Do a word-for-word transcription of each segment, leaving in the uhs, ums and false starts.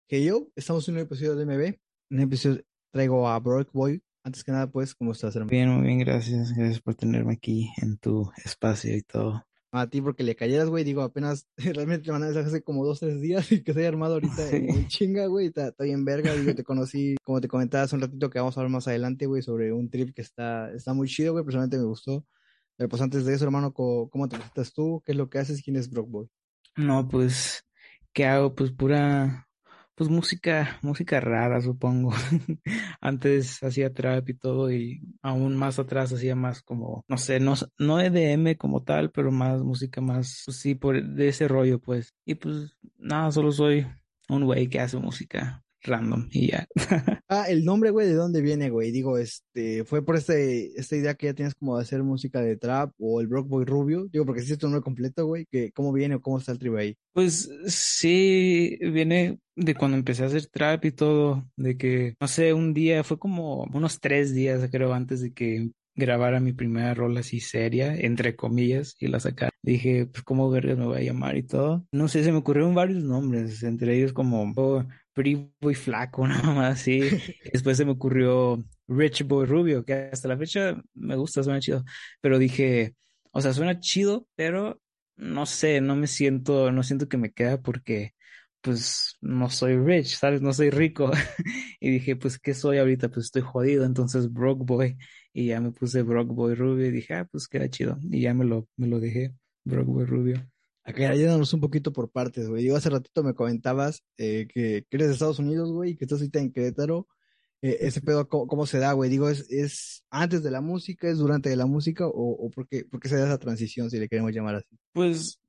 Que yo, estamos en un episodio de M B. En un episodio traigo a Brock Boy. Antes que nada, pues, ¿cómo estás, hermano? Bien, muy bien, gracias. Gracias por tenerme aquí en tu espacio y todo. A ti porque le cayeras, güey. Digo, apenas realmente te mandé mensaje hace como dos, tres días y que se haya armado ahorita en, en Sí. chinga, güey. Está, está bien verga. Digo, te conocí, como te comentaba hace un ratito, que vamos a hablar más adelante, güey, sobre un trip que está, está muy chido, güey. Personalmente me gustó. Pero pues antes de eso, hermano, co- ¿cómo te presentas tú? ¿Qué es lo que haces? ¿Quién es Brock Boy? No, pues, ¿qué hago? Pues pura, pues música, música rara, supongo. Antes hacía trap y todo y aún más atrás hacía más como, no sé, no, no E D M como tal, pero más música más, pues sí, por de ese rollo, pues. Y pues nada, solo soy un güey que hace música random y ya. Ah, el nombre, güey, ¿de dónde viene, güey? Digo, este, ¿fue por este, esta idea que ya tienes como de hacer música de trap o el Brock Boy Rubio? Digo, porque si es tu nombre completo, güey, que cómo viene o cómo está el tribu ahí. Pues sí, viene de cuando empecé a hacer trap y todo, de que, no sé, un día, fue como unos tres días, creo, antes de que grabara mi primera rola así seria, entre comillas, y la sacara. Dije, pues, ¿cómo vergas me voy a llamar y todo? No sé, se me ocurrieron varios nombres, entre ellos como oh, Pretty Boy Flaco, nada más así. Después se me ocurrió Rich Boy Rubio, que hasta la fecha me gusta, suena chido, pero dije, o sea, suena chido, pero no sé, no me siento, no siento que me queda porque pues no soy rich, ¿sabes? No soy rico. Y dije, pues, ¿qué soy ahorita? Pues estoy jodido, entonces Broke Boy. Y ya me puse Broke Boy Rubio y dije, ah, pues queda chido. Y ya me lo, me lo dejé, Broke Boy Rubio. Acá ayúdanos un poquito por partes, güey. Digo, hace ratito me comentabas eh, que, que eres de Estados Unidos, güey, y que estás ahorita en Querétaro. Eh, ese pedo, ¿cómo, cómo se da, güey? Digo, ¿es, es antes de la música, es durante de la música o, o por qué, por qué se da esa transición, si le queremos llamar así? Pues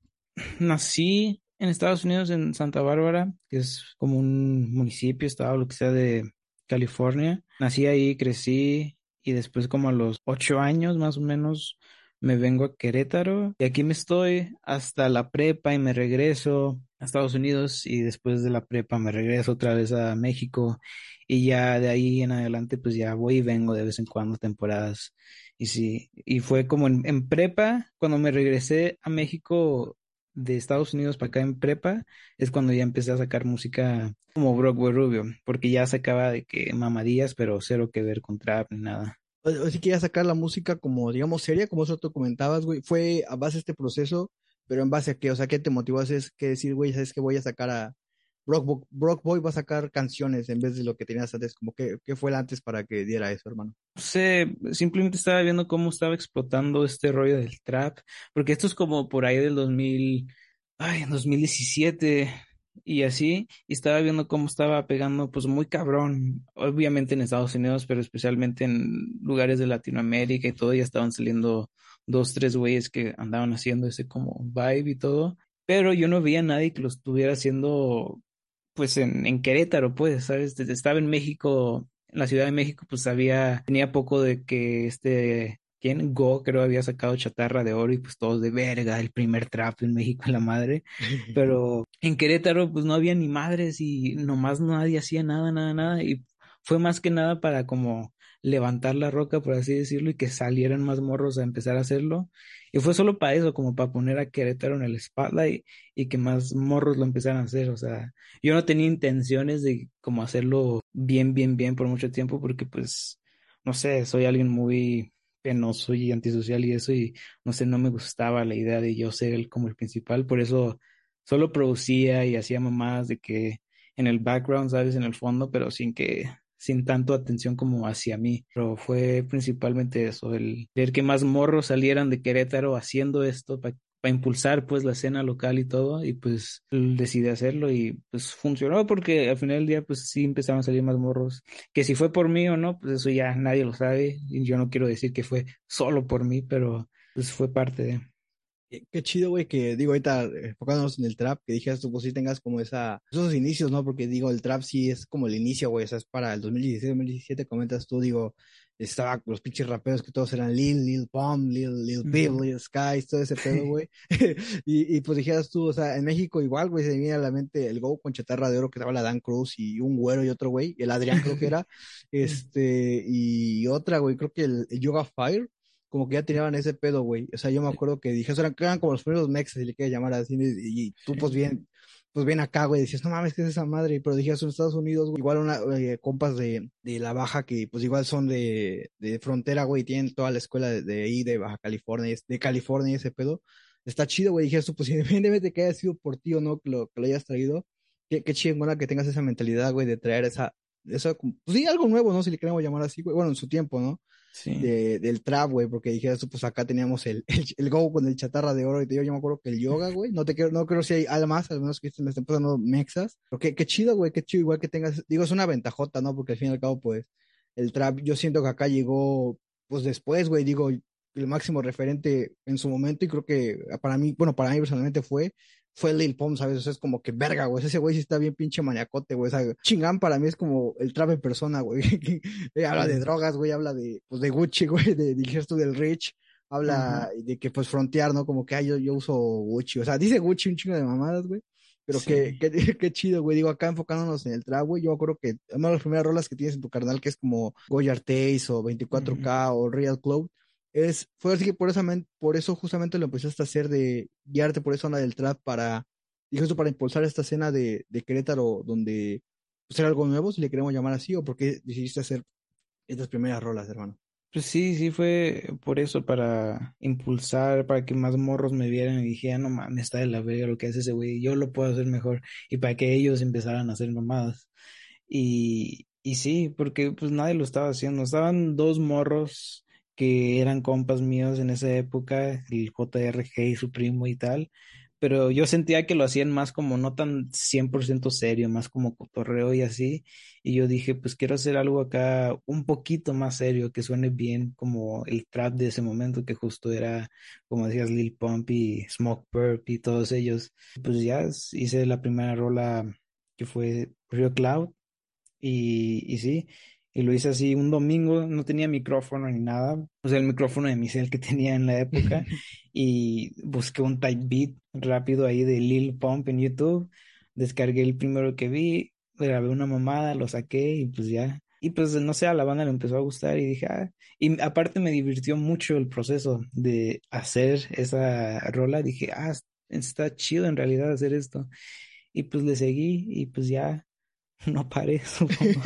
nací en Estados Unidos, en Santa Bárbara, que es como un municipio, estado, lo que sea de California. Nací ahí, crecí y después como a los ocho años más o menos me vengo a Querétaro y aquí me estoy hasta la prepa y me regreso a Estados Unidos y después de la prepa me regreso otra vez a México y ya de ahí en adelante pues ya voy y vengo de vez en cuando temporadas. Y sí, y fue como en, en prepa, cuando me regresé a México de Estados Unidos para acá en prepa, es cuando ya empecé a sacar música como Broadway Rubio, porque ya sacaba de que mamadillas, pero cero que ver con trap ni nada. O, o si querías sacar la música como, digamos, seria, como eso tú comentabas, güey, fue a base de este proceso, pero en base a qué, o sea, ¿qué te motivó a hacer que decir, güey, sabes que voy a sacar a Brock, Bo- Brock Boy va a sacar canciones en vez de lo que tenías antes, como que, ¿qué fue el antes para que diera eso, hermano? No sé, simplemente estaba viendo cómo estaba explotando este rollo del trap, porque esto es como por ahí del dos mil, ay, dos mil diecisiete y así, y estaba viendo cómo estaba pegando pues muy cabrón, obviamente en Estados Unidos, pero especialmente en lugares de Latinoamérica y todo, ya estaban saliendo dos, tres güeyes que andaban haciendo ese como vibe y todo, pero yo no veía a nadie que lo estuviera haciendo pues en, en Querétaro, pues, ¿sabes? Desde- Estaba en México, en la Ciudad de México, pues había, tenía poco de que este, ¿quién? Go, creo, había sacado Chatarra de Oro y pues todos de verga, el primer trap en México en la madre. Pero en Querétaro, pues no había ni madres y nomás nadie hacía nada, nada, nada. Y fue más que nada para como levantar la roca, por así decirlo, y que salieran más morros a empezar a hacerlo. Y fue solo para eso, como para poner a Querétaro en el spotlight y que más morros lo empezaran a hacer. O sea, yo no tenía intenciones de como hacerlo bien, bien, bien por mucho tiempo porque pues, no sé, soy alguien muy penoso y antisocial y eso y no sé, no me gustaba la idea de yo ser el, como el principal, por eso solo producía y hacía mamadas de que en el background, ¿sabes? En el fondo, pero sin que, sin tanto atención como hacia mí. Pero fue principalmente eso, el ver que más morros salieran de Querétaro haciendo esto para impulsar pues la escena local y todo, y pues decidí hacerlo y pues funcionó porque al final del día pues sí empezaron a salir más morros. Que si fue por mí o no, pues eso ya nadie lo sabe y yo no quiero decir que fue solo por mí, pero pues fue parte de... Qué, qué chido, güey, que digo, ahorita eh, enfocándonos en el trap, que dijeras tú, pues sí tengas como esa, esos inicios, ¿no? Porque digo, el trap sí es como el inicio, güey, o sea, es para el dos mil dieciséis, dos mil diecisiete, comentas tú, digo, estaba los pinches raperos que todos eran Lil, Lil Pump, Lil, Lil Peep, Ujú. Lil Skies, todo ese pedo, güey. Y, y pues dijeras tú, o sea, en México igual, güey, se me viene a la mente el Go con Chatarra de Oro que estaba la Dan Cruz y un güero y otro güey, el Adrián creo que era, este, y otra, güey, creo que el, el Yoga Fire como que ya tenían ese pedo, güey. O sea, yo me acuerdo que dije, eran, eran como los primeros mexas, si le quieres llamar así, y, y tú, pues bien, pues ven acá, güey, decías, no mames, ¿qué es esa madre? Pero dijías, en Estados Unidos, güey, igual una, eh, compas de, de la Baja que pues igual son de, de frontera, güey, tienen toda la escuela de, de ahí, de Baja California, y es- de California y ese pedo. Está chido, güey, dijeras tú, pues independientemente de que haya sido por ti o no, que lo, que lo hayas traído, qué, qué chingona que tengas esa mentalidad, güey, de traer esa, eso, pues sí, algo nuevo, ¿no? Si le queremos llamar así, güey, bueno, en su tiempo, ¿no? Sí. De, del trap, güey, porque dijeras tú, pues acá teníamos el, el, el Go con el chatarra de oro y te digo, yo me acuerdo que el yoga, güey, no te quiero, no creo si hay algo más, al menos que me estén pasando mexas, pero qué, qué chido, güey, qué chido, igual que tengas, digo, es una ventajota, ¿no? Porque al fin y al cabo, pues, el trap, yo siento que acá llegó, pues después, güey, digo, el máximo referente en su momento y creo que para mí, bueno, para mí personalmente fue, fue Lil Pump, ¿sabes? O sea, es como que verga, güey, ese güey sí está bien pinche maniacote, güey, o sea, Chingán para mí es como el trap en persona, güey. Eh, habla de Sí. drogas, güey, habla de, pues, de Gucci, güey, de, dijiste tú del Rich, habla Ajá. de que, pues, frontear, ¿no? Como que, ay, yo, yo uso Gucci, o sea, dice Gucci un chingo de mamadas, güey, pero qué, Sí. qué, qué chido, güey, digo, acá enfocándonos en el trap, güey, yo creo que una de las primeras rolas que tienes en tu canal, que es como Goyard Taste o veinticuatro Ujú. K o Real Cloud, es, fue así que por eso, por eso justamente lo empezaste a hacer de guiarte por esa onda del trap para, dijo esto, para impulsar esta escena de, de Querétaro, donde, pues, era algo nuevo, si le queremos llamar así, o porque decidiste hacer estas primeras rolas, hermano. Pues sí, sí fue por eso, para impulsar, para que más morros me vieran y dijeran, no mames, está de la verga lo que hace ese güey, yo lo puedo hacer mejor, y para que ellos empezaran a hacer mamadas. Y, y sí, porque pues nadie lo estaba haciendo. Estaban dos morros que eran compas míos en esa época, el J R G y su primo y tal, pero yo sentía que lo hacían más como no tan cien por ciento serio, más como cotorreo y así. Y yo dije, pues quiero hacer algo acá un poquito más serio, que suene bien como el trap de ese momento, que justo era, como decías, Lil Pump y Smoke Purp y todos ellos. Pues ya hice la primera rola que fue Rio Cloud y, y sí, y lo hice así un domingo, no tenía micrófono ni nada, usé el micrófono de mi cel que tenía en la época y busqué un type beat rápido ahí de Lil Pump en YouTube, descargué el primero que vi, grabé una mamada, lo saqué y pues ya. Y pues no sé, a la banda le empezó a gustar y dije, ah, y aparte me divirtió mucho el proceso de hacer esa rola, dije, ah, está chido en realidad hacer esto. Y pues le seguí y pues ya no paré, supongo.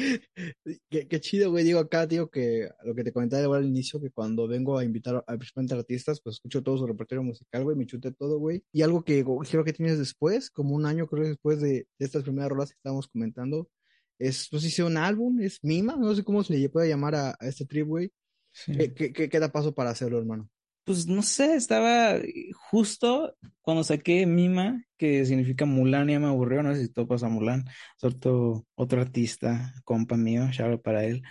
Qué, qué chido, güey. Digo, acá, digo que lo que te comentaba igual al inicio, que cuando vengo a invitar a principalmente artistas, pues escucho todo su repertorio musical, güey, me chuté todo, güey. Y algo que go- creo que tienes después, como un año, creo que después de, de estas primeras rolas que estábamos comentando, es, no sé si sea un álbum, es Mima, no sé cómo se le puede llamar a, a este trip, güey. Sí. ¿Qué, qué, qué queda paso para hacerlo, hermano? Pues no sé, estaba justo cuando saqué Mima, que significa Mulan, ya me aburrió, no sé si topas a Mulan, es otro, otro artista, compa mío, shout out para él,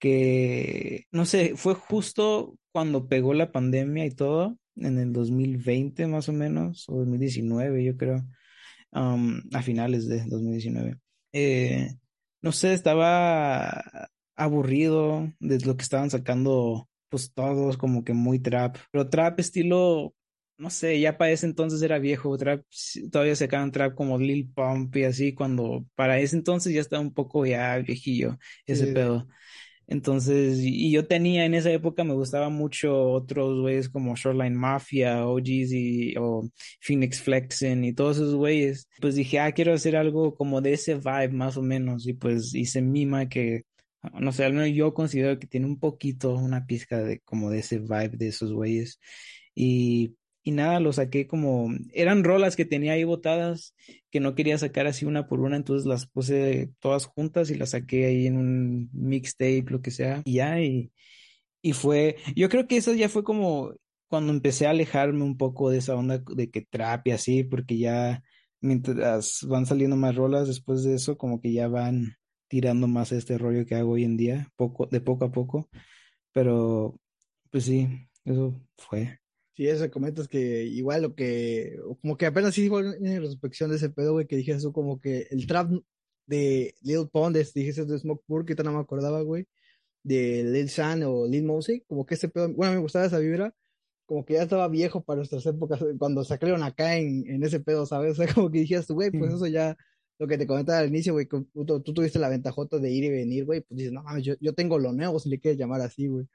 que no sé, fue justo cuando pegó la pandemia y todo, en el dos mil veinte más o menos, o dos mil diecinueve yo creo, um, a finales de dos mil diecinueve. Eh, no sé, estaba aburrido de lo que estaban sacando, pues todos como que muy trap, pero trap estilo, no sé, ya para ese entonces era viejo, trap, sí, todavía sacaban trap como Lil Pump y así, cuando para ese entonces ya estaba un poco ya viejillo Sí, ese sí, sí. pedo. Entonces, y y yo tenía en esa época, me gustaba mucho otros güeyes como Shoreline Mafia, O Gs y, o Phoenix Flexen y todos esos güeyes. Pues dije, ah, quiero hacer algo como de ese vibe más o menos. Y pues hice Mima que, no sé, al menos yo considero que tiene un poquito, una pizca de como de ese vibe de esos güeyes. Y, y nada, lo saqué como, eran rolas que tenía ahí botadas que no quería sacar así una por una, entonces las puse todas juntas y las saqué ahí en un mixtape, lo que sea, y ya, y, y fue, yo creo que eso ya fue como cuando empecé a alejarme un poco de esa onda de que trap y así, porque ya mientras van saliendo más rolas después de eso, como que ya van tirando más a este rollo que hago hoy en día, poco, de poco a poco, pero pues sí, eso fue. Sí, eso comentas que igual lo que, como que apenas sí igual en retrospección de ese pedo, güey, que dije eso como que el trap de Lil Pond, de- dije eso de Smoke Purp, que ahorita no me acordaba, güey, de Lil San o Lil Mosey, como que ese pedo, bueno, me gustaba esa vibra, como que ya estaba viejo para nuestras épocas, cuando sacaron acá en, en ese pedo, ¿sabes? O sea, como que dijiste, güey, pues eso ya, lo que te comentaba al inicio, güey, que tú, tú tuviste la ventajota de ir y venir, güey, pues dices, no mames, yo, yo tengo lo nuevo, si le quieres llamar así, güey.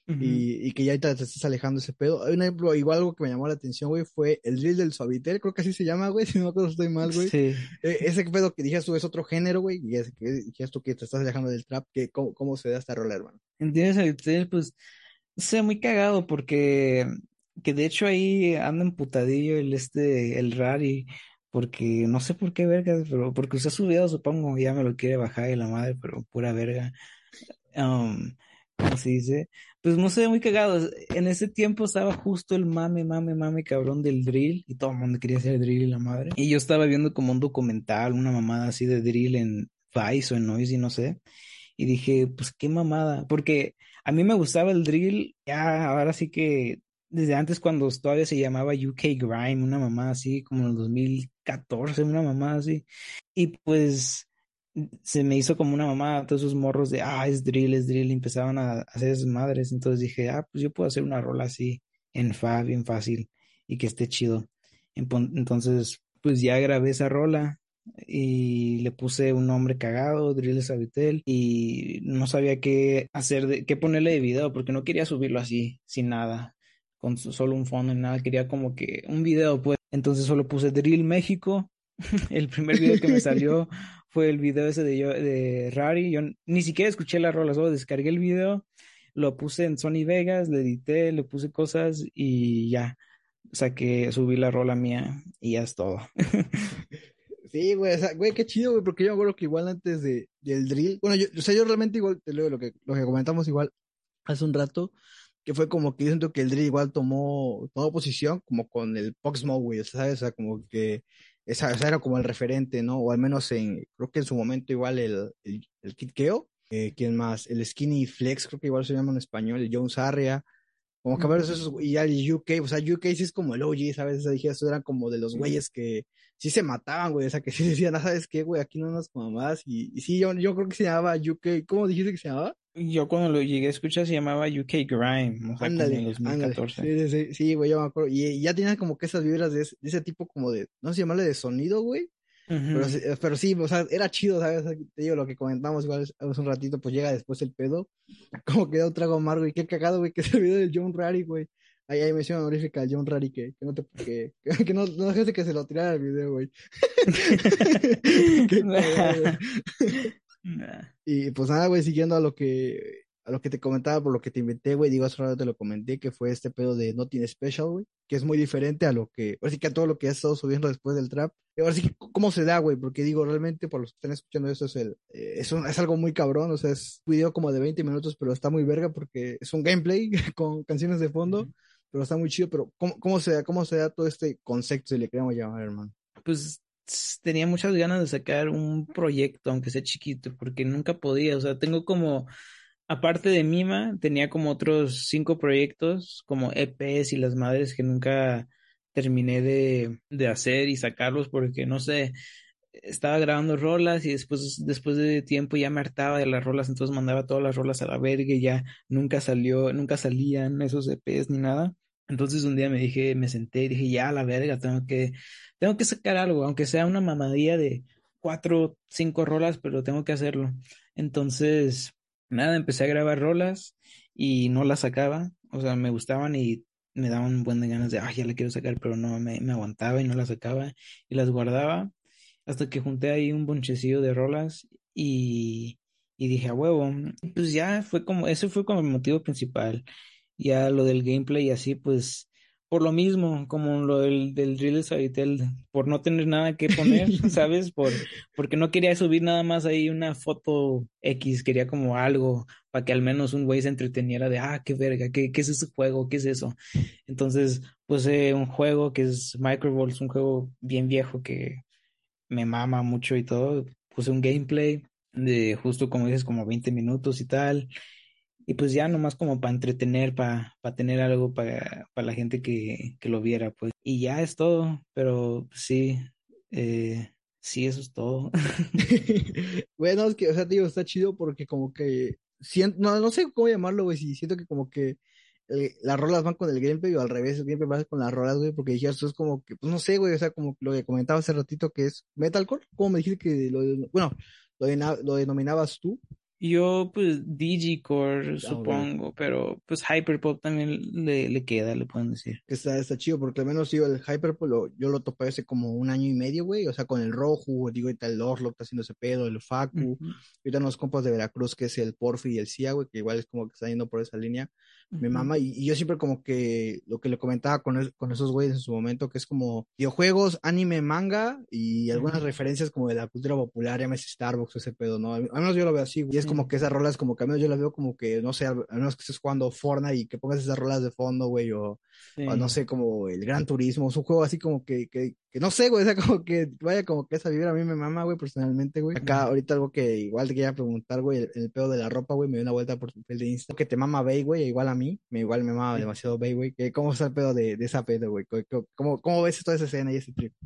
Ujú. y, y que ya ahorita te estás alejando de ese pedo. Hay un ejemplo, igual algo que me llamó la atención, güey, fue el drill del Suavitel, creo que así se llama, güey, si no me acuerdo, estoy mal, güey. Sí. Eh, ese pedo que dijeras tú es otro género, güey, y es que dijeras tú que te estás alejando del trap, que cómo, cómo se da esta rola, hermano. ¿Entiendes? El hotel, pues, o sea, muy cagado porque, que de hecho ahí anda emputadillo el este, el Rari, porque no sé por qué vergas, pero porque se ha subido, supongo, ya me lo quiere bajar y la madre, pero pura verga. Um, ¿Cómo se dice? Pues no sé, muy cagado. En ese tiempo estaba justo el mame, mame, mame cabrón del drill y todo el mundo quería hacer drill y la madre. Y yo estaba viendo como un documental, una mamada así de drill en Vice o en Noisy, no sé. Y dije, pues qué mamada, porque a mí me gustaba el drill, ya ahora sí que desde antes cuando todavía se llamaba U K Grime, una mamada así, como en el dos mil catorce, una mamada así. Y pues se me hizo como una mamada todos esos morros de, ah, es drill, es drill, y empezaban a hacer esas madres. Entonces dije, ah, pues yo puedo hacer una rola así en fa, bien fácil y que esté chido. Empon- Entonces, pues ya grabé esa rola y le puse un nombre cagado, Drill Sabitel, y no sabía qué hacer, de, qué ponerle de video, porque no quería subirlo así, sin nada, con so- solo un fondo y nada, quería como que un video, pues. Entonces solo puse Drill México. El primer video que me salió fue el video ese de, yo, de Rari. Yo ni siquiera escuché la rola, solo descargué el video, lo puse en Sony Vegas, le edité, le puse cosas y ya. Saqué, subí la rola mía y ya es todo. Sí, güey, o sea, güey, qué chido, güey, porque yo me acuerdo que igual antes de, del drill, bueno, yo, o sea, yo realmente igual, te leo lo que, lo que comentamos igual hace un rato, que fue como que yo siento que el drill igual tomó, tomó posición como con el Pop Smoke, güey, ¿sabes? O sea, como que esa, esa era como el referente, ¿no? O al menos en, creo que en su momento igual el, el, el Kid Keo, eh, ¿quién más? El Skinny Flex, creo que igual se llama en español, el Jones Arria, como que varios de esos, y ya el U K, o sea, U K sí es como el O G, ¿sabes? O sea, dije, eso eran como de los güeyes que sí se mataban, güey, o sea, que sí decían, ah, ¿sabes qué, güey? Aquí no nos como más, y, y sí, yo, yo creo que se llamaba U K, ¿cómo dijiste que se llamaba? Yo cuando lo llegué a escuchar se llamaba U K Grime, o sea, como en el Ándale, ándale, dos mil catorce. sí, sí, sí, sí, güey, yo me acuerdo, y, y ya tenía como que esas vibras de ese, de ese tipo como de, no sé llamarle de sonido, güey, pero, Ujú. sí- pero sí, o sea, era chido, ¿sabes? O sea, te digo, lo que comentamos igual hace un ratito, pues llega después el pedo, como queda un trago amargo y qué cagado, güey, que es el video del John Rary, güey. Ahí hay mención honorífica al John Rary que, que no te, que, que no, no dejaste que se lo tirara el video, güey. Qué cagado, güey. Nah. Y pues nada, güey, siguiendo a lo que, a lo que te comentaba, por lo que te inventé, güey, digo, hace rato te lo comenté, que fue este pedo de Nothing Special, güey, que es muy diferente a lo que, ahora sí que a todo lo que has estado subiendo después del trap. Y ahora sí que, ¿cómo se da, güey? Porque digo, realmente, por los que están escuchando esto, es el, eh, es un- es algo muy cabrón, o sea, es un video como de veinte minutos, pero está muy verga porque es un gameplay con canciones de fondo, pero está muy chido, pero ¿cómo, cómo se da, cómo se da todo este concepto, si le queremos llamar, hermano? Pues s- tenía muchas ganas de sacar un proyecto, aunque sea chiquito, porque nunca podía, o sea, tengo como, aparte de Mima, tenía como otros cinco proyectos, como E Ps y las madres que nunca terminé de, de hacer y sacarlos porque no sé, estaba grabando rolas y después, después de tiempo ya me hartaba de las rolas, entonces mandaba todas las rolas a la verga y ya nunca salió, nunca salían esos E Ps ni nada. Entonces un día me dije, me senté y dije, ya a la verga, tengo que, tengo que sacar algo, aunque sea una mamadilla de cuatro, cinco rolas, pero tengo que hacerlo. Entonces, nada, empecé a grabar rolas y no las sacaba, o sea, me gustaban y me daban un buen de ganas de, ah, ya la quiero sacar, pero no, me, me aguantaba y no las sacaba y las guardaba hasta que junté ahí un bonchecillo de rolas y, y dije, a huevo, y pues ya fue como, ese fue como el motivo principal. Ya lo del gameplay y así, pues, por lo mismo, como lo del, del Reel de Sabitel, por no tener nada que poner, ¿sabes? Por, porque no quería subir nada más ahí una foto X, quería como algo para que al menos un güey se entreteniera de, ah, qué verga, qué, qué es ese juego, qué es eso. Entonces, puse un juego que es Microballs, un juego bien viejo que me mama mucho y todo. Puse un gameplay de justo como dices, como veinte minutos y tal. Y pues ya nomás como para entretener, para tener algo para la gente que, que lo viera, pues. Y ya es todo, pero pues, sí, eh, sí, eso es todo. Bueno, es que, o sea, te digo, está chido porque como que, siento, no, no sé cómo llamarlo, güey, si siento que como que eh, las rolas van con el gameplay o al revés, el gameplay va con las rolas, güey, porque dijeras, tú es como que, pues no sé, güey, o sea, como lo que comentaba hace ratito que es metalcore, ¿cómo me dijiste que lo, bueno, lo, dena- lo denominabas tú? Yo, pues, Digicore, Ah, güey. supongo, pero pues Hyperpop también le, le queda, le pueden decir. Está, está chido, porque al menos yo el Hyperpole lo- yo lo topé hace como un año y medio, güey. O sea, con el Rojo, digo, ahorita el Orlok está haciendo ese pedo, el Facu. Ujú, Ahorita unos compas de Veracruz, que es el Porfi y el Cia, güey, que igual es como que está yendo por esa línea. Mi ujú, mamá, y, y yo siempre como que lo que le comentaba con, es- con esos güeyes en su momento, que es como videojuegos, anime, manga y algunas ujú, referencias como de la cultura popular, llámese Starbucks, ese pedo, ¿no? Al al menos yo lo veo así, güey. Y es como sí, que esas rolas, como que al menos yo las veo como que, no sé, al al menos que estés jugando Fortnite y que pongas esas rolas de fondo, güey, o o no sí. sé, como el Gran Turismo, es un juego así como que, que, que no sé, güey, o sea, como que vaya como que esa vibra a mí me mama, güey, personalmente, güey. Acá, Ujú. ahorita algo que igual te quería preguntar, güey, el, el pedo de la ropa, güey, me dio una vuelta por tu perfil de Insta, que te mama Bey, güey, igual a mí, me igual me mama Sí. demasiado Bey, güey, que cómo está el pedo de, de esa pedo, güey, ¿Cómo, cómo, cómo ves toda esa escena y ese trip?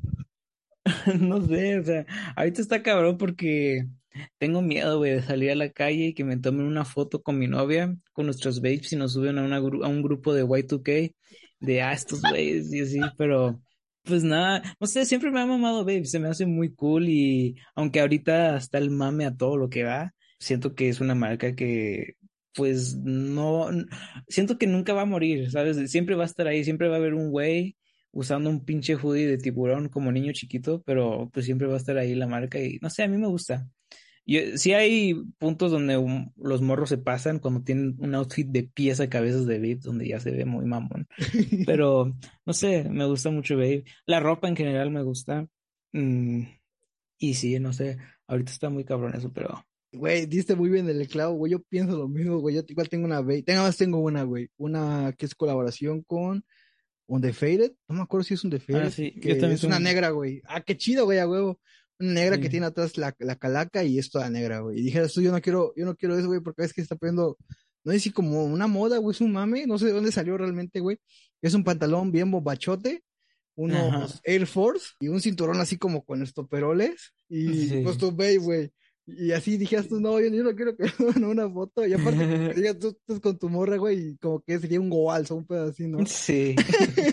No sé, o sea, ahorita está cabrón porque tengo miedo, güey, de salir a la calle y que me tomen una foto con mi novia, con nuestros babes y nos suben a, una gru- a un grupo de Y dos K, de ah, estos güeyes y así, pero pues nada, no sé, siempre me ha mamado babes, se me hace muy cool y aunque ahorita está el mame a todo lo que va, siento que es una marca que pues no, siento que nunca va a morir, ¿sabes? Siempre va a estar ahí, siempre va a haber un güey usando un pinche hoodie de tiburón como niño chiquito, pero pues siempre va a estar ahí la marca y no sé, a mí me gusta. Y sí hay puntos donde un- los morros se pasan cuando tienen un outfit de pies a cabezas de Babe, donde ya se ve muy mamón. Pero no sé, me gusta mucho Babe. La ropa en general me gusta. Mm, y sí, no sé, ahorita está muy cabrón eso, pero... Güey, diste muy bien el clavo, güey, yo pienso lo mismo, güey, yo igual tengo una Bey, tengo más tengo una, güey, una que es colaboración con un The Faded, no me acuerdo si es un The Ah, Faded, sí, yo que también es una tengo... negra, güey. Ah, qué chido, güey, a huevo. Una negra que Sí. tiene atrás la, la calaca y es toda negra, güey. Y dijeras tú, yo no quiero, yo no quiero eso, güey, porque es que está poniendo, no sé si como una moda, güey, es un mame, no sé de dónde salió realmente, güey. Es un pantalón bien bombachote, Ajá, unos Air Force y un cinturón así como con estoperoles y pues sí. tu babe, güey. Y así dijeras tú, no, yo, yo no quiero que me hagan una foto. Y aparte, como que digas tú, estás con tu morra, güey, y como que sería un goalzo, un pedo así, ¿no? Sí.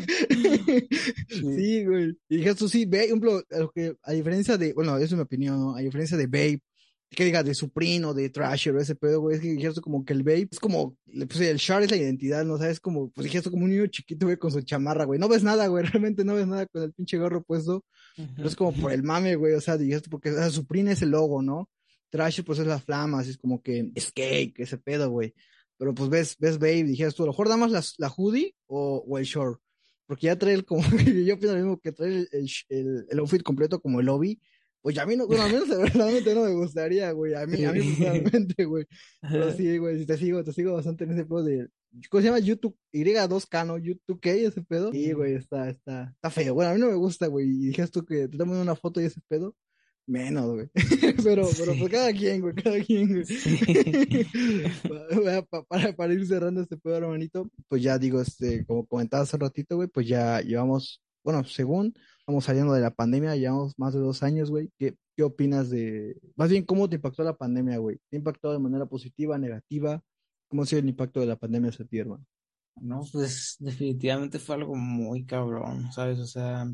Sí. Sí, güey. Y dije, tú sí, Babe, por ejemplo, a lo que, a diferencia de, bueno, eso es mi opinión, ¿no? A diferencia de Babe, que diga de Supreme o de Thrasher o ese pedo, güey, es que dijeras tú como que el Babe es como, le puse el Char es la identidad, ¿no? ¿Sabes? Como, pues dijeras tú como un niño chiquito, güey, con su chamarra, güey. No ves nada, güey, realmente no ves nada con el pinche gorro puesto, pero es Ujú. como por el mame, güey, o sea, dijeras tú porque, o sea, Supreme es el logo, ¿no? Thrasher, pues es las flamas, es como que, es cake, ese pedo, güey. Pero pues ves, ves Babe, dijeras tú, a lo mejor nada más la, la hoodie o, o el short. Porque ya trae el, como, yo pienso lo mismo que trae el, el, el, el outfit completo como el lobby. Pues ya a mí no, bueno, al menos verdaderamente no me gustaría, güey. A mí, a mí Sí. personalmente, güey. Pero Ajá. sí, güey, si te sigo, te sigo bastante en ese pedo de, ¿cómo se llama? YouTube, Y dos K, ¿no? YouTube K, ese pedo. Sí, Sí. güey, está, está, está feo. Bueno, a mí no me gusta, güey. Y dijeras tú que te tomen una foto y ese pedo. Menos, güey. Pero, pero pues Sí, cada quien, güey, cada quien, güey. sí. Pa- pa- Para, para ir cerrando este pedo, hermanito, pues ya digo, este, como comentaba hace ratito, güey, pues ya llevamos, bueno, según vamos saliendo de la pandemia, llevamos más de dos años, güey. ¿Qué, qué opinas de, más bien, cómo te impactó la pandemia, güey? ¿Te ha impactado de manera positiva, negativa? ¿Cómo ha sido el impacto de la pandemia hacia ti, hermano? No, pues definitivamente fue algo muy cabrón, ¿sabes? O sea,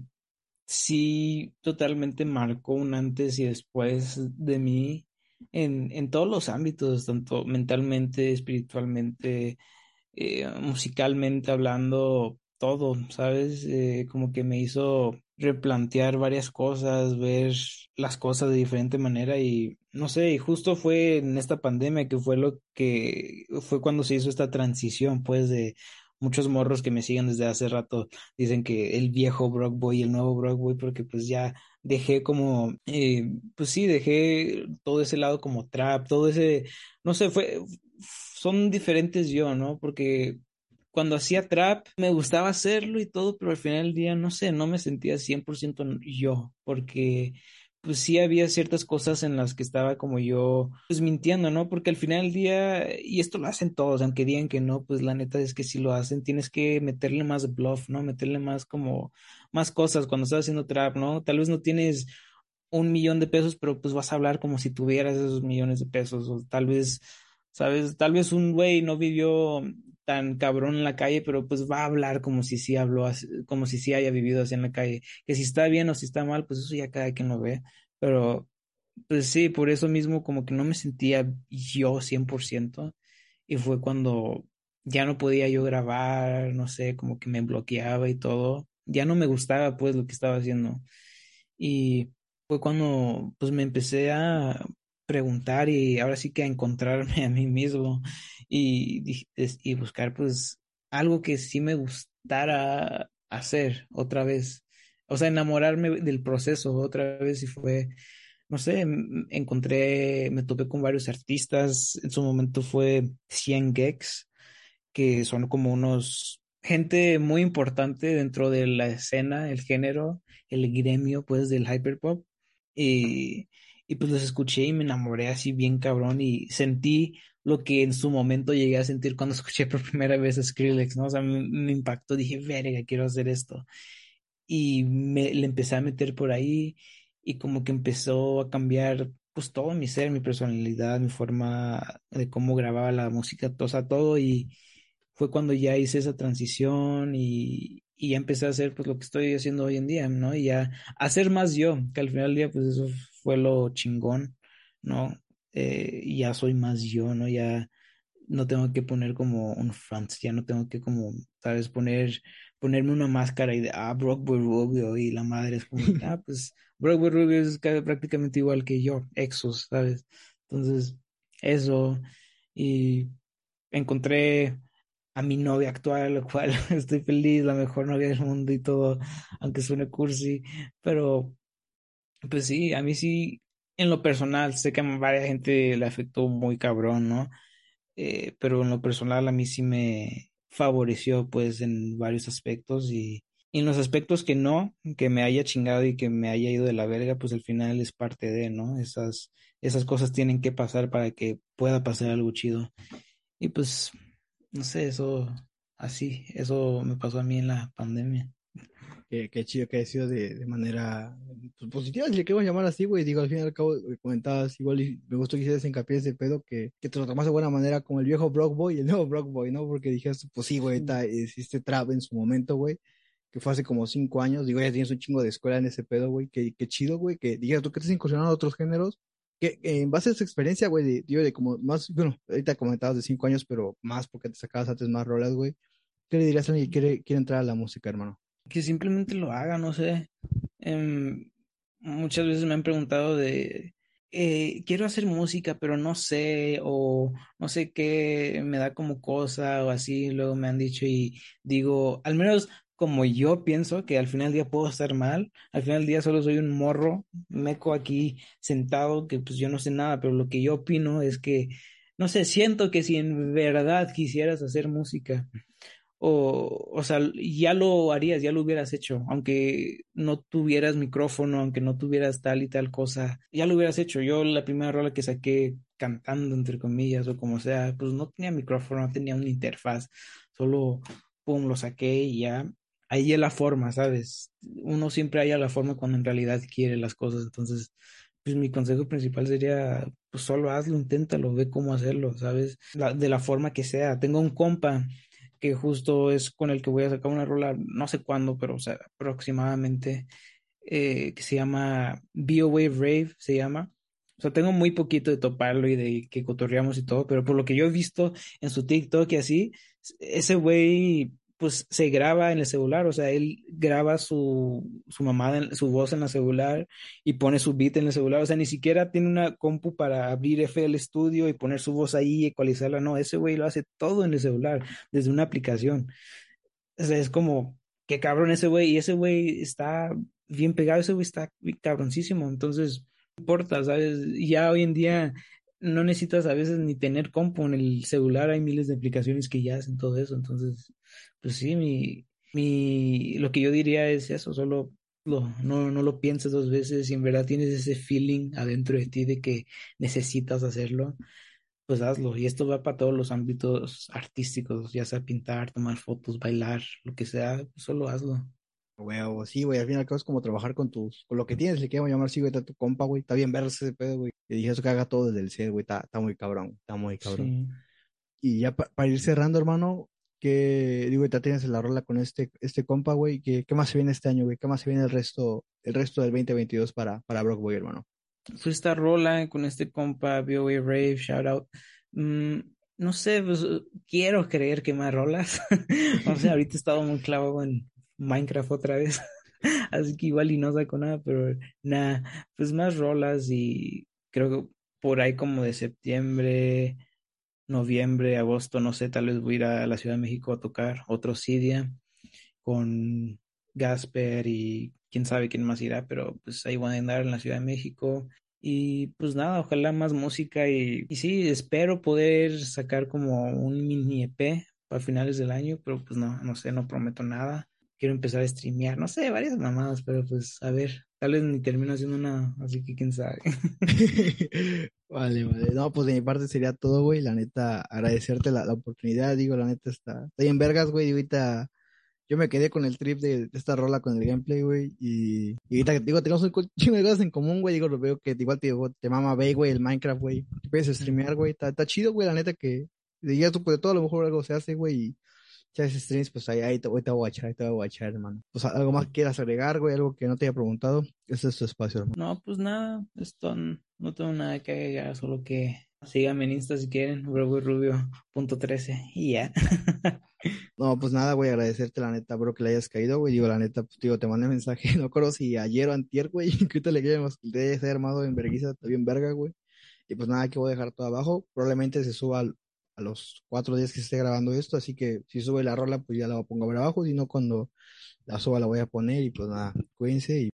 sí, totalmente marcó un antes y después de mí en, en todos los ámbitos, tanto mentalmente, espiritualmente, eh, musicalmente hablando, todo, ¿sabes? Eh, como que me hizo replantear varias cosas, ver las cosas de diferente manera y no sé, y justo fue en esta pandemia que fue lo que fue cuando se hizo esta transición, pues, de muchos morros que me siguen desde hace rato dicen que el viejo Brock Boy y el nuevo Brock Boy porque pues ya dejé como, eh, pues sí, dejé todo ese lado como trap, todo ese, no sé, fue, son diferentes yo, ¿no? Porque cuando hacía trap me gustaba hacerlo y todo, pero al final del día, no sé, no me sentía cien por ciento yo, porque pues sí había ciertas cosas en las que estaba como yo, pues mintiendo, ¿no? Porque al final del día, y esto lo hacen todos, aunque digan que no, pues la neta es que si lo hacen, tienes que meterle más bluff, ¿no? Meterle más como, más cosas cuando estás haciendo trap, ¿no? Tal vez no tienes un millón de pesos, pero pues vas a hablar como si tuvieras esos millones de pesos, o tal vez, ¿sabes? Tal vez un güey no vivió tan cabrón en la calle, pero pues va a hablar como si sí habló, así- como si sí haya vivido así en la calle, que si está bien o si está mal, pues eso ya cada quien lo ve, pero pues sí, por eso mismo como que no me sentía yo cien por ciento y fue cuando ya no podía yo grabar, no sé, como que me bloqueaba y todo. Ya no me gustaba pues lo que estaba haciendo. Y fue cuando pues me empecé a preguntar y ahora sí que a encontrarme a mí mismo y, dij- es- y buscar pues algo que sí me gustara hacer otra vez. O sea, enamorarme del proceso otra vez y fue, no sé, m- encontré, me topé con varios artistas. En su momento fue cien Gex, que son como unos gente muy importante dentro de la escena, el género, el gremio, pues, del hyperpop. Y, y pues los escuché y me enamoré así bien cabrón y sentí lo que en su momento llegué a sentir cuando escuché por primera vez a Skrillex, ¿no? O sea, me, me impactó, dije, verga, quiero hacer esto y me le empecé a meter por ahí y como que empezó a cambiar pues todo mi ser, mi personalidad, mi forma de cómo grababa la música, o sea, todo y fue cuando ya hice esa transición y, y ya empecé a hacer pues lo que estoy haciendo hoy en día, ¿no? Y ya hacer más yo, que al final del día pues eso fue lo chingón, ¿no? Eh, y ya soy más yo, ¿no? Ya no tengo que poner como un front, ya no tengo que como, sabes, poner, ponerme una máscara y de, ah, Brockboy Rubio y la madre es como, ah, pues Brockboy Rubio es ca- prácticamente igual que yo, Exos, ¿sabes? Entonces, eso, y encontré a mi novia actual, lo cual estoy feliz, la mejor novia del mundo y todo, aunque suene cursi, pero pues sí, a mí sí, en lo personal, sé que a varias gente le afectó muy cabrón, ¿no? Eh, pero en lo personal a mí sí me favoreció pues en varios aspectos y, y en los aspectos que no, que me haya chingado y que me haya ido de la verga, pues al final es parte de, ¿no? Esas, esas cosas tienen que pasar para que pueda pasar algo chido. Y pues, no sé, eso, así, eso me pasó a mí en la pandemia. Qué, qué chido que haya sido de, de manera pues, positiva, si le queremos llamar así, güey. Digo, al fin y al cabo, eh, comentabas igual y me gustó que hicieras hincapié en ese pedo que, que te lo tomaste de buena manera como el viejo Brock Boy y el nuevo Brock Boy, ¿no? Porque dijiste, pues sí, güey, ta- hiciste trap en su momento, güey, que fue hace como cinco años. Digo, ya tienes un chingo de escuela en ese pedo, güey. Qué, qué chido, güey, que digas tú que estás incursionando a otros géneros. Que eh, en base a esa experiencia, güey, de, digo, de como más, bueno, ahorita comentabas de cinco años, pero más porque te sacabas antes más rolas, güey. ¿Qué le dirías a alguien que quiere, quiere entrar a la música, hermano? Que simplemente lo haga, no sé. Em, muchas veces me han preguntado de, eh, quiero hacer música, pero no sé, o no sé qué me da como cosa, o así, luego me han dicho y digo, al menos como yo pienso que al final del día puedo estar mal, al final del día solo soy un morro, meco aquí sentado, que pues yo no sé nada, pero lo que yo opino es que, no sé, siento que si en verdad quisieras hacer música, o, o sea, ya lo harías, ya lo hubieras hecho, aunque no tuvieras micrófono, aunque no tuvieras tal y tal cosa, ya lo hubieras hecho. Yo la primera rola que saqué cantando, entre comillas, o como sea, pues no tenía micrófono, no tenía una interfaz, solo, pum, lo saqué y ya. Ahí es la forma, ¿sabes? Uno siempre halla la forma cuando en realidad quiere las cosas, entonces, pues mi consejo principal sería, pues solo hazlo, inténtalo, ve cómo hacerlo, ¿sabes? La- de la forma que sea. Tengo un compa que justo es con el que voy a sacar una rola, no sé cuándo, pero o sea, aproximadamente, eh, que se llama B-O-Wave Rave, se llama. O sea, tengo muy poquito de toparlo y de que cotorreamos y todo, pero por lo que yo he visto en su TikTok y así, ese güey pues se graba en el celular, o sea, él graba su, su mamada, en- su voz en el celular y pone su beat en el celular, o sea, ni siquiera tiene una compu para abrir F L Studio y poner su voz ahí y ecualizarla, no, ese güey lo hace todo en el celular, desde una aplicación. O sea, es como, qué cabrón ese güey, y ese güey está bien pegado, ese güey está bien cabroncísimo, entonces, no importa, ¿sabes? Ya hoy en día no necesitas a veces ni tener compu en el celular, hay miles de aplicaciones que ya hacen todo eso, entonces, pues sí, mi, mi, lo que yo diría es eso, solo lo, no, no lo pienses dos veces, si en verdad tienes ese feeling adentro de ti de que necesitas hacerlo, pues hazlo. Y esto va para todos los ámbitos artísticos, ya sea pintar, tomar fotos, bailar, lo que sea, pues solo hazlo. Güey, o sí, güey, al fin y al cabo es como trabajar con tus, con lo que tienes, le queremos llamar así, güey, está tu compa, güey, está bien verse ese pedo, güey. Y dije eso que haga todo desde el set, güey, está, está muy cabrón, está muy cabrón. Sí. Y ya pa- para ir cerrando, hermano, que, digo, ya tienes la rola con este, este compa, güey, ¿qué, qué más se viene este año, güey? ¿Qué más se viene el resto, el resto del dos mil veintidós para, para Brock Boy, hermano? fue esta rola con este compa, B O A Rave, shout out. Mm, no sé, pues quiero creer que más rolas. O sea, ahorita he estado muy clavado en Minecraft otra vez. Así que igual y no saco nada, pero nada, pues más rolas y creo que por ahí como de septiembre, noviembre, agosto, no sé, tal vez voy a ir a la Ciudad de México a tocar otro Cidia con Gasper y quién sabe quién más irá, pero pues ahí van a andar en la Ciudad de México. Y pues nada, ojalá más música y, y sí, espero poder sacar como un mini E P para finales del año, pero pues no, no sé, no prometo nada. Quiero empezar a streamear, no sé, varias mamadas, pero pues a ver, tal vez ni termino haciendo nada, así que quién sabe. Vale, vale. No, pues de mi parte sería todo, güey. La neta, agradecerte la, la oportunidad. Digo, la neta está, estoy en vergas, güey. Y ahorita yo me quedé con el trip de, de esta rola con el gameplay, güey. Y, y ahorita, digo, tenemos un co- chingo de cosas en común, güey. Digo, lo veo que igual te, te mama Bay, güey, el Minecraft, güey. Te puedes streamear, güey. Está, está chido, güey. La neta que de ya tú, pues, de todo a lo mejor algo se hace, güey. Y si haces streams, pues ahí, ahí te, ahí te voy a echar, ahí te voy a echar, hermano. Pues algo más que quieras agregar, güey. Algo que no te haya preguntado. Ese es tu espacio, hermano. No, pues nada, esto n- no tengo nada que agregar, solo que síganme en Insta si quieren, Rubio punto trece y ya. No, pues nada, güey, agradecerte la neta, bro, que le hayas caído, güey. Digo, la neta, pues, digo, te mandé mensaje, no recuerdo si ayer o antier, güey, que ahorita le quedamos, te hayas armado en vergüenza, está bien verga, güey. Y pues nada, que voy a dejar todo abajo. Probablemente se suba al- a los cuatro días que se esté grabando esto, así que si sube la rola, pues ya la pongo a ver abajo, si no, cuando la suba la voy a poner y pues nada, cuídense y